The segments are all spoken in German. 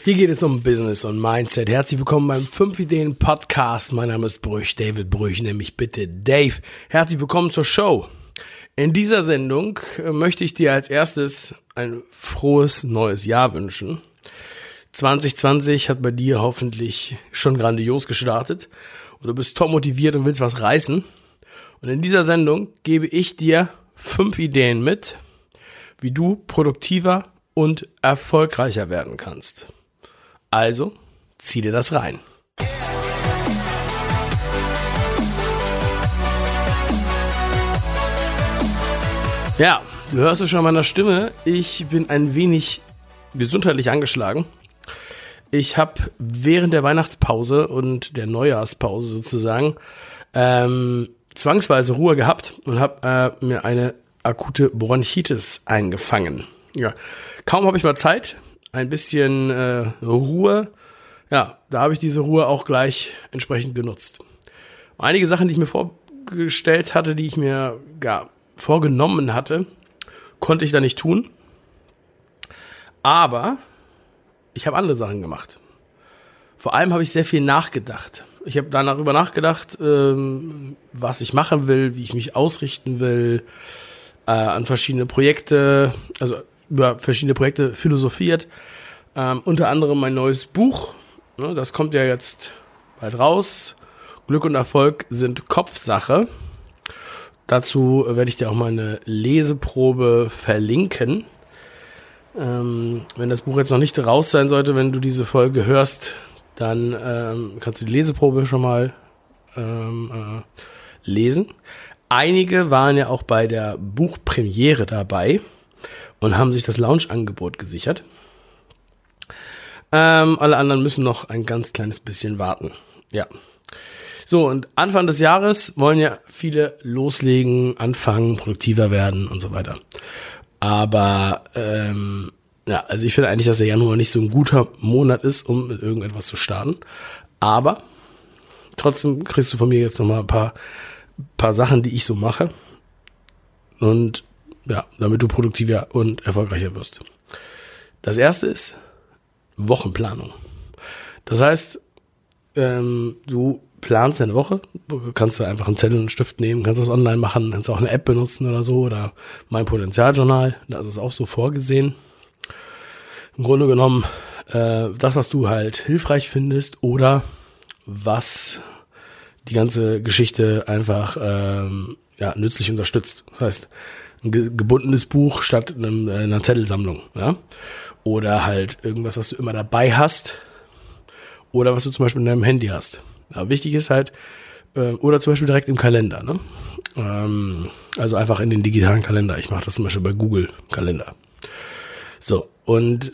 Hier geht es um Business und Mindset. Herzlich willkommen beim 5 Ideen Podcast. Mein Name ist Brüch, David Brüch, nämlich bitte Dave. Herzlich willkommen zur Show. In dieser Sendung möchte ich dir als erstes ein frohes neues Jahr wünschen. 2020 hat bei dir hoffentlich schon grandios gestartet und du bist top motiviert und willst was reißen. Und in dieser Sendung gebe ich dir 5 Ideen mit, wie du produktiver und erfolgreicher werden kannst. Also, zieh dir das rein. Ja, du hörst es schon an meiner Stimme. Ich bin ein wenig gesundheitlich angeschlagen. Ich habe während der Weihnachtspause und der Neujahrspause sozusagen zwangsweise Ruhe gehabt und habe mir eine akute Bronchitis eingefangen. Ja, kaum habe ich mal Zeit, ein bisschen Ruhe, ja, da habe ich diese Ruhe auch gleich entsprechend genutzt. Einige Sachen, die ich mir vorgestellt hatte, die ich mir vorgenommen hatte, konnte ich da nicht tun. Aber ich habe andere Sachen gemacht. Vor allem habe ich sehr viel nachgedacht. Ich habe darüber nachgedacht, was ich machen will, wie ich mich ausrichten will, an verschiedene Projekte, also über verschiedene Projekte philosophiert. Unter anderem mein neues Buch, ne, das kommt ja jetzt bald raus. Glück und Erfolg sind Kopfsache. Dazu werde ich dir auch mal eine Leseprobe verlinken. Wenn das Buch jetzt noch nicht raus sein sollte, wenn du diese Folge hörst, dann kannst du die Leseprobe schon mal lesen. Einige waren ja auch bei der Buchpremiere dabei und haben sich das Launch-Angebot gesichert. Alle anderen müssen noch ein ganz kleines bisschen warten. Ja. So, und Anfang des Jahres wollen ja viele loslegen, anfangen, produktiver werden und so weiter. Aber, also ich finde eigentlich, dass der Januar nicht so ein guter Monat ist, um mit irgendetwas zu starten. Aber trotzdem kriegst du von mir jetzt nochmal ein paar Sachen, die ich so mache. Und ja, damit du produktiver und erfolgreicher wirst. Das erste ist Wochenplanung. Das heißt, du planst deine Woche, kannst du einfach einen Zettel und einen Stift nehmen, kannst das online machen, kannst auch eine App benutzen oder so oder mein Potenzialjournal, da ist es auch so vorgesehen. Im Grunde genommen das, was du halt hilfreich findest oder was die ganze Geschichte einfach nützlich unterstützt. Das heißt, ein gebundenes Buch statt einer Zettelsammlung, ja, oder halt irgendwas, was du immer dabei hast oder was du zum Beispiel in deinem Handy hast. Ja, wichtig ist halt, oder zum Beispiel direkt im Kalender, ne? Also einfach in den digitalen Kalender. Ich mache das zum Beispiel bei Google Kalender. So, und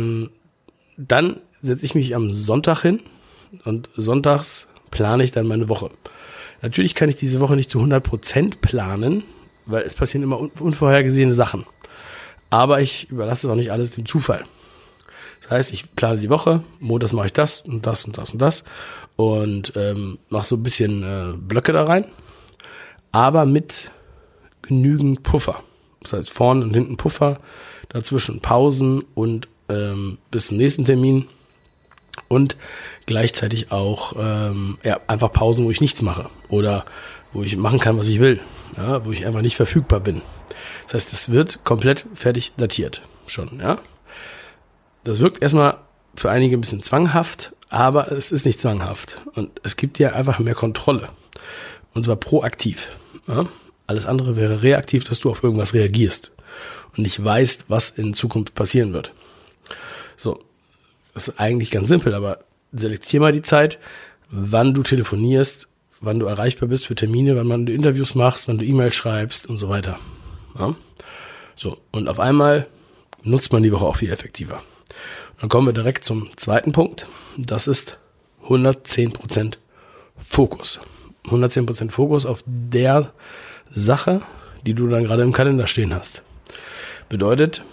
dann setze ich mich am Sonntag hin und sonntags plane ich dann meine Woche. Natürlich kann ich diese Woche nicht zu 100% planen, weil es passieren immer unvorhergesehene Sachen. Aber ich überlasse es auch nicht alles dem Zufall. Das heißt, ich plane die Woche, montags mache ich das und das und das und das und mache so ein bisschen Blöcke da rein, aber mit genügend Puffer. Das heißt, vorne und hinten Puffer, dazwischen Pausen und bis zum nächsten Termin und gleichzeitig auch einfach Pausen, wo ich nichts mache oder wo ich machen kann, was ich will, ja, wo ich einfach nicht verfügbar bin. Das heißt, es wird komplett fertig datiert schon, ja. Das wirkt erstmal für einige ein bisschen zwanghaft, aber es ist nicht zwanghaft. Und es gibt dir einfach mehr Kontrolle. Und zwar proaktiv. Ja? Alles andere wäre reaktiv, dass du auf irgendwas reagierst und nicht weißt, was in Zukunft passieren wird. So, das ist eigentlich ganz simpel, aber selektier mal die Zeit, wann du telefonierst, wann du erreichbar bist für Termine, wann du Interviews machst, wann du E-Mails schreibst und so weiter. Ja? So, und auf einmal nutzt man die Woche auch viel effektiver. Dann kommen wir direkt zum zweiten Punkt. Das ist 110% Fokus. 110% Fokus auf der Sache, die du dann gerade im Kalender stehen hast. Bedeutet,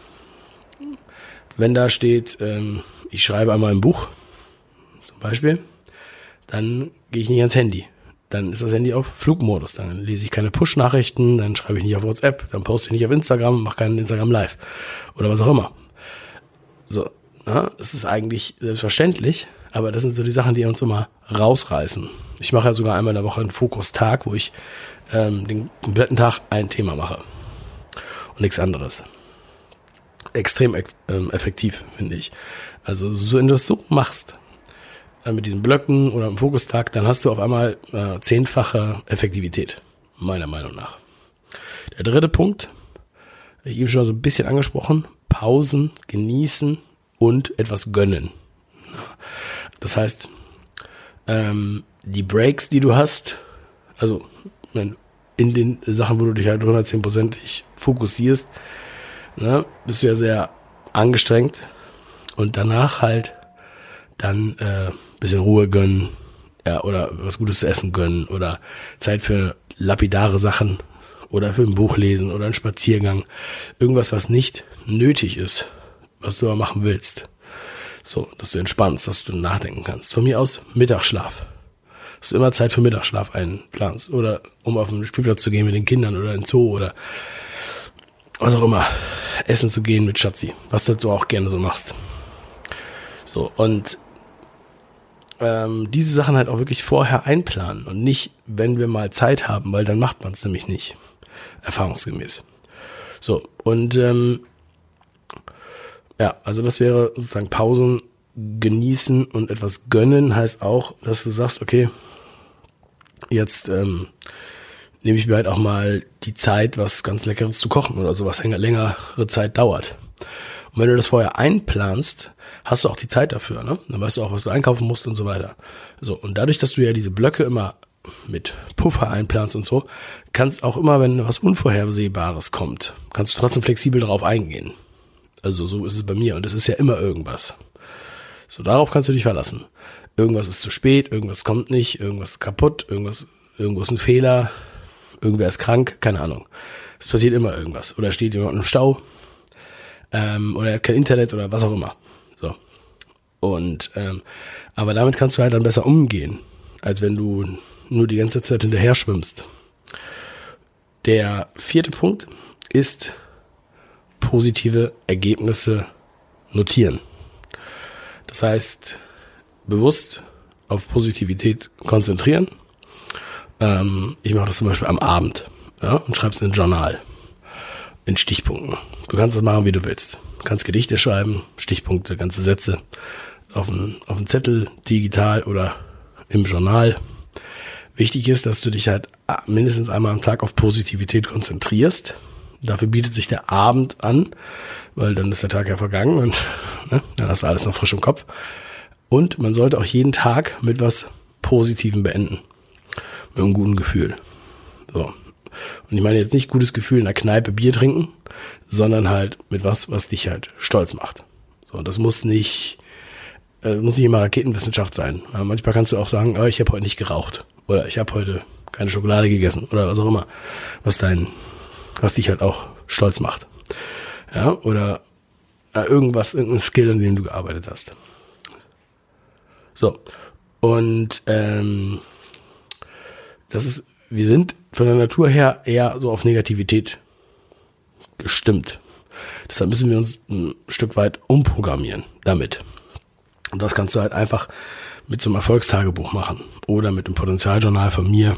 wenn da steht, ich schreibe einmal ein Buch, zum Beispiel, dann gehe ich nicht ans Handy. Dann ist das Handy auf Flugmodus. Dann lese ich keine Push-Nachrichten, dann schreibe ich nicht auf WhatsApp, dann poste ich nicht auf Instagram, mache keinen Instagram Live oder was auch immer. So, Ja, das ist eigentlich selbstverständlich, aber das sind so die Sachen, die uns immer rausreißen. Ich mache ja sogar einmal in der Woche einen Fokustag, wo ich den kompletten Tag ein Thema mache und nichts anderes. Extrem effektiv, finde ich. Also wenn du das so machst, mit diesen Blöcken oder im Fokustag, dann hast du auf einmal 10-fache Effektivität, meiner Meinung nach. Der dritte Punkt, ich eben schon so ein bisschen angesprochen, Pausen, genießen und etwas gönnen. Das heißt, die Breaks, die du hast, also in den Sachen, wo du dich halt 110%ig fokussierst, ne, bist du ja sehr angestrengt und danach halt dann bisschen Ruhe gönnen, ja, oder was Gutes zu essen gönnen oder Zeit für lapidare Sachen oder für ein Buch lesen oder einen Spaziergang. Irgendwas, was nicht nötig ist, was du aber machen willst. So, dass du entspannst, dass du nachdenken kannst. Von mir aus Mittagsschlaf. Dass du immer Zeit für Mittagsschlaf einplanst oder um auf den Spielplatz zu gehen mit den Kindern oder in den Zoo oder was auch immer. Essen zu gehen mit Schatzi, was du auch gerne so machst. So, und diese Sachen halt auch wirklich vorher einplanen und nicht, wenn wir mal Zeit haben, weil dann macht man es nämlich nicht. Erfahrungsgemäß. So, und ja, also das wäre sozusagen Pausen genießen und etwas gönnen, heißt auch, dass du sagst, okay, jetzt nehme ich mir halt auch mal die Zeit, was ganz Leckeres zu kochen oder sowas längere Zeit dauert. Und wenn du das vorher einplanst, hast du auch die Zeit dafür, ne? Dann weißt du auch, was du einkaufen musst und so weiter. So, und dadurch, dass du ja diese Blöcke immer mit Puffer einplanst und so, kannst auch immer, wenn was Unvorhersehbares kommt, kannst du trotzdem flexibel darauf eingehen. Also so ist es bei mir und es ist ja immer irgendwas. So, darauf kannst du dich verlassen. Irgendwas ist zu spät, irgendwas kommt nicht, irgendwas ist kaputt, irgendwo ist ein Fehler, irgendwer ist krank, keine Ahnung. Es passiert immer irgendwas. Oder steht jemand im Stau, oder er hat kein Internet oder was auch immer. So. Und, aber damit kannst du halt dann besser umgehen, als wenn du nur die ganze Zeit hinterher schwimmst. Der vierte Punkt ist positive Ergebnisse notieren. Das heißt, bewusst auf Positivität konzentrieren. Ich mache das zum Beispiel am Abend, ja, und schreibe es in ein Journal, in Stichpunkten. Du kannst das machen, wie du willst. Du kannst Gedichte schreiben, Stichpunkte, ganze Sätze auf einen Zettel, digital oder im Journal. Wichtig ist, dass du dich halt mindestens einmal am Tag auf Positivität konzentrierst. Dafür bietet sich der Abend an, weil dann ist der Tag ja vergangen und ne, dann hast du alles noch frisch im Kopf. Und man sollte auch jeden Tag mit was Positivem beenden. Mit einem guten Gefühl. So. Und ich meine jetzt nicht gutes Gefühl in der Kneipe Bier trinken, sondern halt mit was dich halt stolz macht. So, und das muss nicht immer Raketenwissenschaft sein. Ja, manchmal kannst du auch sagen, oh, ich habe heute nicht geraucht. Oder ich habe heute keine Schokolade gegessen. Oder was auch immer. Was dich halt auch stolz macht. Ja, oder irgendein Skill, an dem du gearbeitet hast. So. Und wir sind von der Natur her eher so auf Negativität gestimmt. Deshalb müssen wir uns ein Stück weit umprogrammieren damit. Und das kannst du halt einfach mit so einem Erfolgstagebuch machen oder mit dem Potenzialjournal von mir.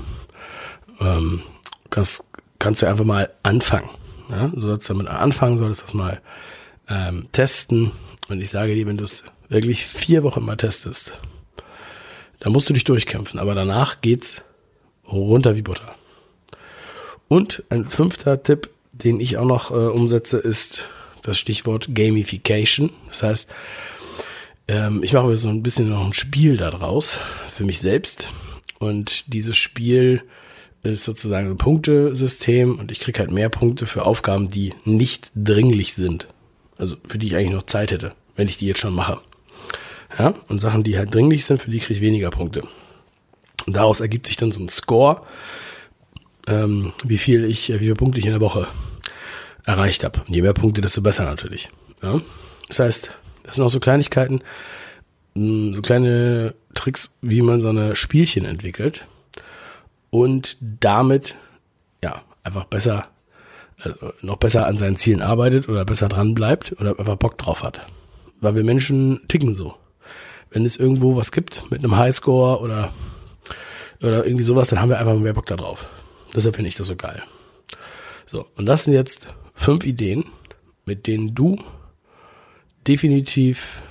Kannst du einfach mal anfangen. Ja? Du sollst damit anfangen, solltest das mal testen. Und ich sage dir, wenn du es wirklich 4 Wochen mal testest, dann musst du dich durchkämpfen. Aber danach geht's runter wie Butter. Und ein 5. Tipp, den ich auch noch umsetze, ist das Stichwort Gamification. Das heißt, ich mache so ein bisschen noch ein Spiel daraus für mich selbst. Und dieses Spiel ist sozusagen ein Punktesystem und ich kriege halt mehr Punkte für Aufgaben, die nicht dringlich sind. Also für die ich eigentlich noch Zeit hätte, wenn ich die jetzt schon mache. Ja, und Sachen, die halt dringlich sind, für die kriege ich weniger Punkte. Und daraus ergibt sich dann so ein Score, wie viele Punkte ich in der Woche erreicht habe. Und je mehr Punkte, desto besser natürlich. Ja? Das heißt, das sind auch so Kleinigkeiten, so kleine Tricks, wie man so eine Spielchen entwickelt und damit ja einfach noch besser an seinen Zielen arbeitet oder besser dran bleibt oder einfach Bock drauf hat. weil wir Menschen ticken so. Wenn es irgendwo was gibt mit einem Highscore oder irgendwie sowas, dann haben wir einfach mehr Bock da drauf. Deshalb finde ich das so geil. So, und das sind jetzt 5 Ideen, mit denen du definitiv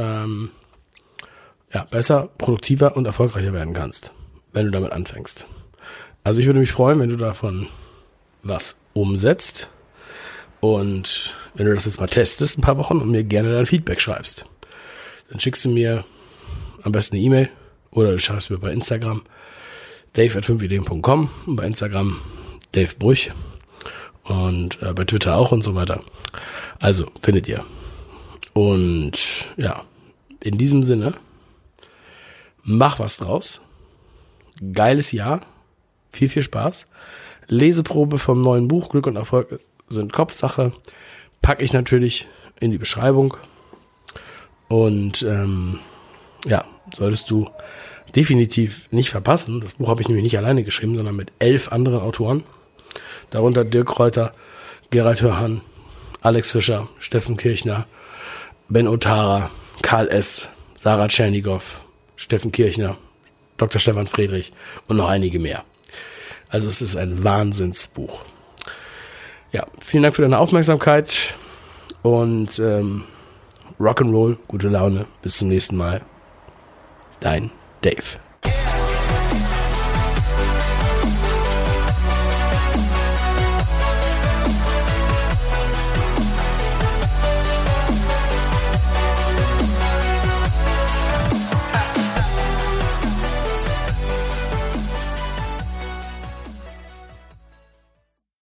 besser, produktiver und erfolgreicher werden kannst, wenn du damit anfängst. Also ich würde mich freuen, wenn du davon was umsetzt und wenn du das jetzt mal testest, ein paar Wochen und mir gerne dein Feedback schreibst. Dann schickst du mir am besten eine E-Mail oder du schreibst mir bei Instagram dave@5ideen.com und bei Instagram Dave Brüch und bei Twitter auch und so weiter. Also findet ihr. Und ja, in diesem Sinne, mach was draus. Geiles Jahr. Viel, viel Spaß. Leseprobe vom neuen Buch Glück und Erfolg sind Kopfsache. Packe ich natürlich in die Beschreibung. Und solltest du definitiv nicht verpassen. Das Buch habe ich nämlich nicht alleine geschrieben, sondern mit 11 anderen Autoren. Darunter Dirk Kräuter, Gerald Hörhan, Alex Fischer, Steffen Kirchner, Ben Otara, Karl S., Sarah Tschernigow, Steffen Kirchner, Dr. Stefan Friedrich und noch einige mehr. Also es ist ein Wahnsinnsbuch. Ja, vielen Dank für deine Aufmerksamkeit und Rock'n'Roll, gute Laune. Bis zum nächsten Mal. Dein Dave.